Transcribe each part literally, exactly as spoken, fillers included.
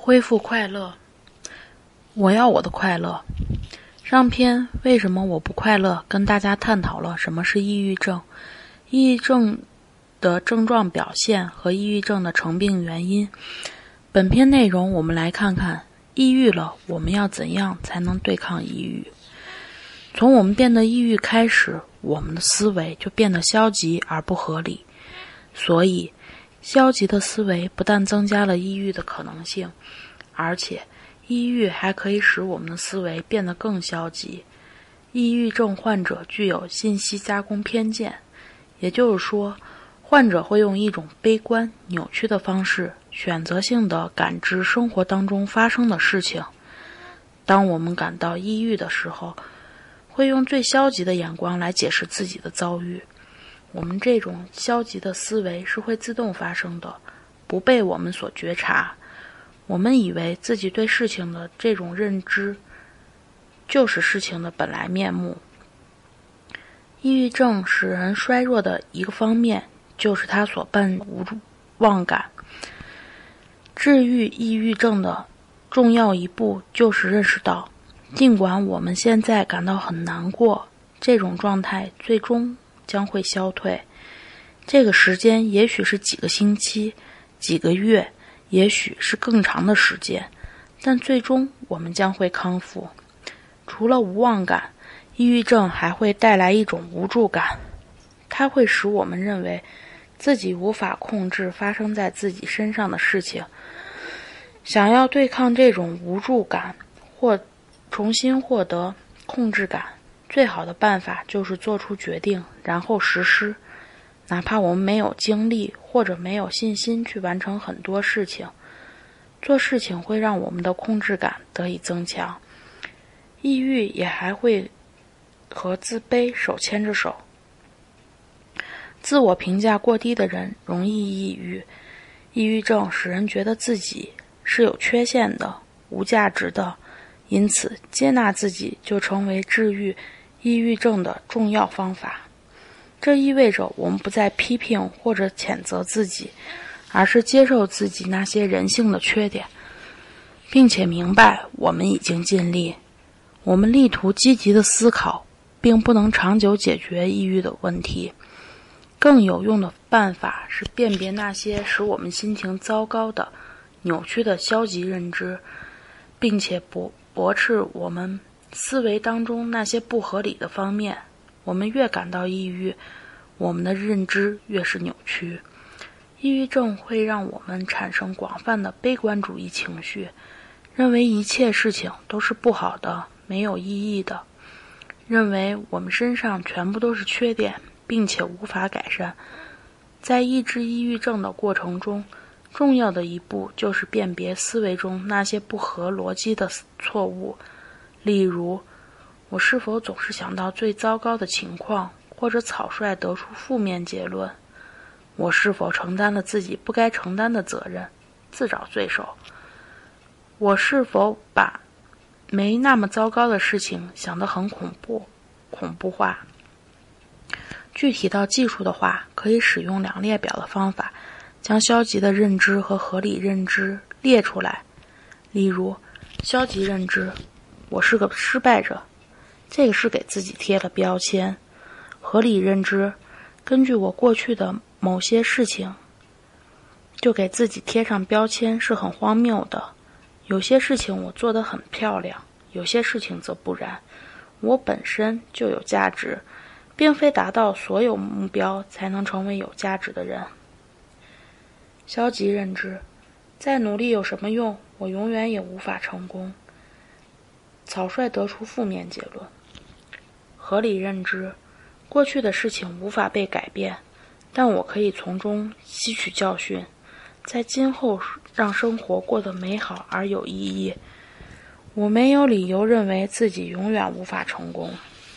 恢复快乐，我要我的快乐。上篇为什么我不快乐跟大家探讨了什么是抑郁症，抑郁症的症状表现和抑郁症的成病原因。本篇内容我们来看看抑郁了我们要怎样才能对抗抑郁。从我们变得抑郁开始，我们的思维就变得消极而不合理，所以消极的思维不但增加了抑郁的可能性，而且抑郁还可以使我们的思维变得更消极。抑郁症患者具有信息加工偏见，也就是说，患者会用一种悲观、扭曲的方式选择性地感知生活当中发生的事情。当我们感到抑郁的时候，会用最消极的眼光来解释自己的遭遇。我们这种消极的思维是会自动发生的，不被我们所觉察。我们以为自己对事情的这种认知就是事情的本来面目。抑郁症使人衰弱的一个方面就是他所伴无望感。治愈抑郁症的重要一步就是认识到，尽管我们现在感到很难过，这种状态最终将会消退。这个时间也许是几个星期、几个月，也许是更长的时间，但最终我们将会康复。除了无望感，抑郁症还会带来一种无助感，它会使我们认为自己无法控制发生在自己身上的事情。想要对抗这种无助感或重新获得控制感，最好的办法就是做出决定，然后实施。哪怕我们没有精力或者没有信心去完成很多事情，做事情会让我们的控制感得以增强。抑郁也还会和自卑手牵着手。自我评价过低的人容易抑郁。抑郁症使人觉得自己是有缺陷的、无价值的，因此接纳自己就成为治愈抑郁症的重要方法。这意味着我们不再批评或者谴责自己，而是接受自己那些人性的缺点，并且明白我们已经尽力。我们力图积极的思考，并不能长久解决抑郁的问题。更有用的办法是辨别那些使我们心情糟糕的、扭曲的消极认知，并且驳驳斥我们思维当中那些不合理的方面。我们越感到抑郁，我们的认知越是扭曲。抑郁症会让我们产生广泛的悲观主义情绪，认为一切事情都是不好的、没有意义的，认为我们身上全部都是缺点，并且无法改善。在抑制抑郁症的过程中，重要的一步就是辨别思维中那些不合逻辑的错误，例如我是否总是想到最糟糕的情况，或者草率得出负面结论？我是否承担了自己不该承担的责任，自找罪受？我是否把没那么糟糕的事情想得很恐怖、恐怖化？具体到技术的话，可以使用两列表的方法，将消极的认知和合理认知列出来。例如，消极认知，我是个失败者，这个是给自己贴了标签。合理认知，根据我过去的某些事情就给自己贴上标签是很荒谬的。有些事情我做得很漂亮，有些事情则不然。我本身就有价值，并非达到所有目标才能成为有价值的人。消极认知，再努力有什么用？我永远也无法成功。草率得出负面结论。合理认知，过去的事情无法被改变，但我可以从中吸取教训，在今后让生活过得美好而有意义。我没有理由认为自己永远无法成功。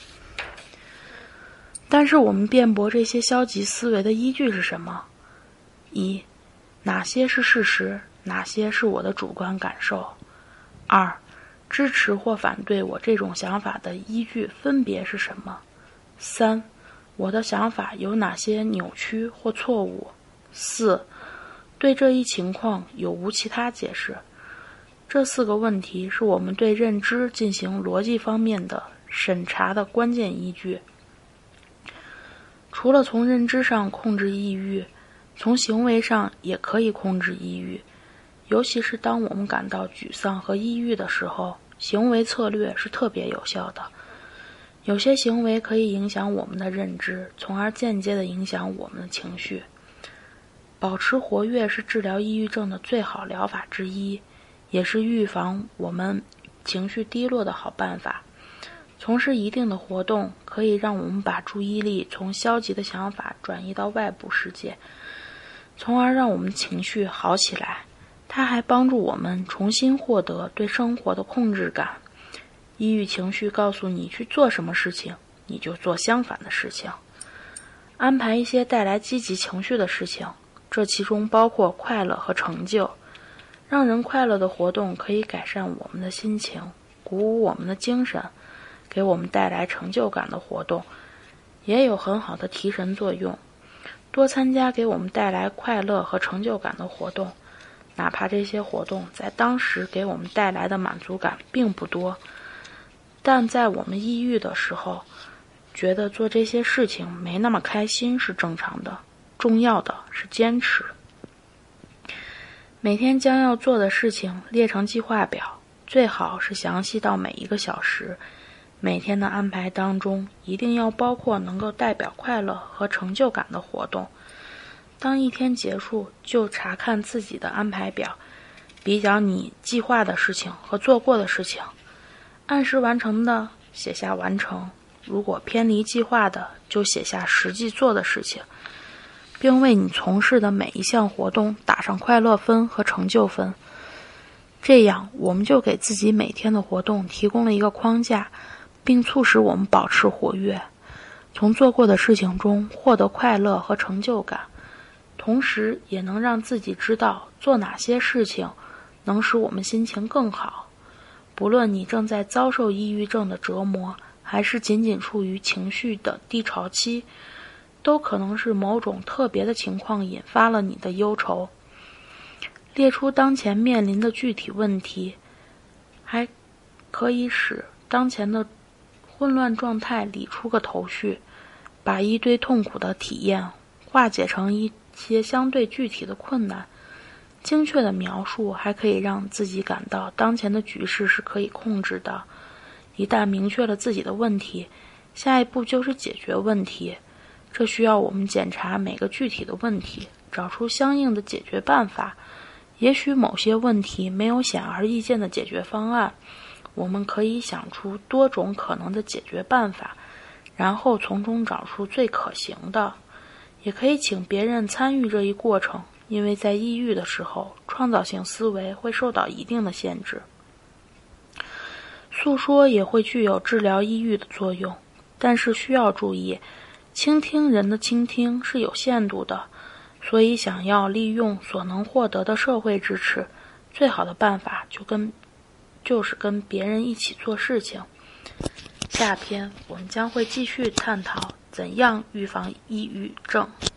但是我们辩驳这些消极思维的依据是什么？一、哪些是事实，哪些是我的主观感受？二、支持或反对我这种想法的依据分别是什么？三、我的想法有哪些扭曲或错误？四、对这一情况有无其他解释？ 这四个问题是我们对认知进行逻辑方面的审查的关键依据。除了从认知上控制抑郁，从行为上也可以控制抑郁。尤其是当我们感到沮丧和抑郁的时候，行为策略是特别有效的。有些行为可以影响我们的认知，从而间接地影响我们的情绪。保持活跃是治疗抑郁症的最好疗法之一，也是预防我们情绪低落的好办法。从事一定的活动可以让我们把注意力从消极的想法转移到外部世界，从而让我们情绪好起来。它还帮助我们重新获得对生活的控制感。抑郁情绪告诉你去做什么事情，你就做相反的事情。安排一些带来积极情绪的事情，这其中包括快乐和成就。让人快乐的活动可以改善我们的心情，鼓舞我们的精神，给我们带来成就感的活动也有很好的提神作用。多参加给我们带来快乐和成就感的活动，哪怕这些活动在当时给我们带来的满足感并不多，但在我们抑郁的时候，觉得做这些事情没那么开心是正常的。重要的是坚持。每天将要做的事情列成计划表，最好是详细到每一个小时。每天的安排当中一定要包括能够代表快乐和成就感的活动。当一天结束，就查看自己的安排表，比较你计划的事情和做过的事情，按时完成的写下完成，如果偏离计划的就写下实际做的事情，并为你从事的每一项活动打上快乐分和成就分。这样我们就给自己每天的活动提供了一个框架，并促使我们保持活跃，从做过的事情中获得快乐和成就感，同时也能让自己知道做哪些事情能使我们心情更好。不论你正在遭受抑郁症的折磨，还是仅仅处于情绪的低潮期，都可能是某种特别的情况引发了你的忧愁。列出当前面临的具体问题，还可以使当前的混乱状态理出个头绪，把一堆痛苦的体验化解成一些相对具体的困难。精确的描述还可以让自己感到当前的局势是可以控制的。一旦明确了自己的问题，下一步就是解决问题。这需要我们检查每个具体的问题，找出相应的解决办法。也许某些问题没有显而易见的解决方案，我们可以想出多种可能的解决办法，然后从中找出最可行的。也可以请别人参与这一过程，因为在抑郁的时候，创造性思维会受到一定的限制。诉说也会具有治疗抑郁的作用，但是需要注意，倾听人的倾听是有限度的，所以想要利用所能获得的社会支持，最好的办法就跟就是跟别人一起做事情。下篇我们将会继续探讨怎样预防抑郁症。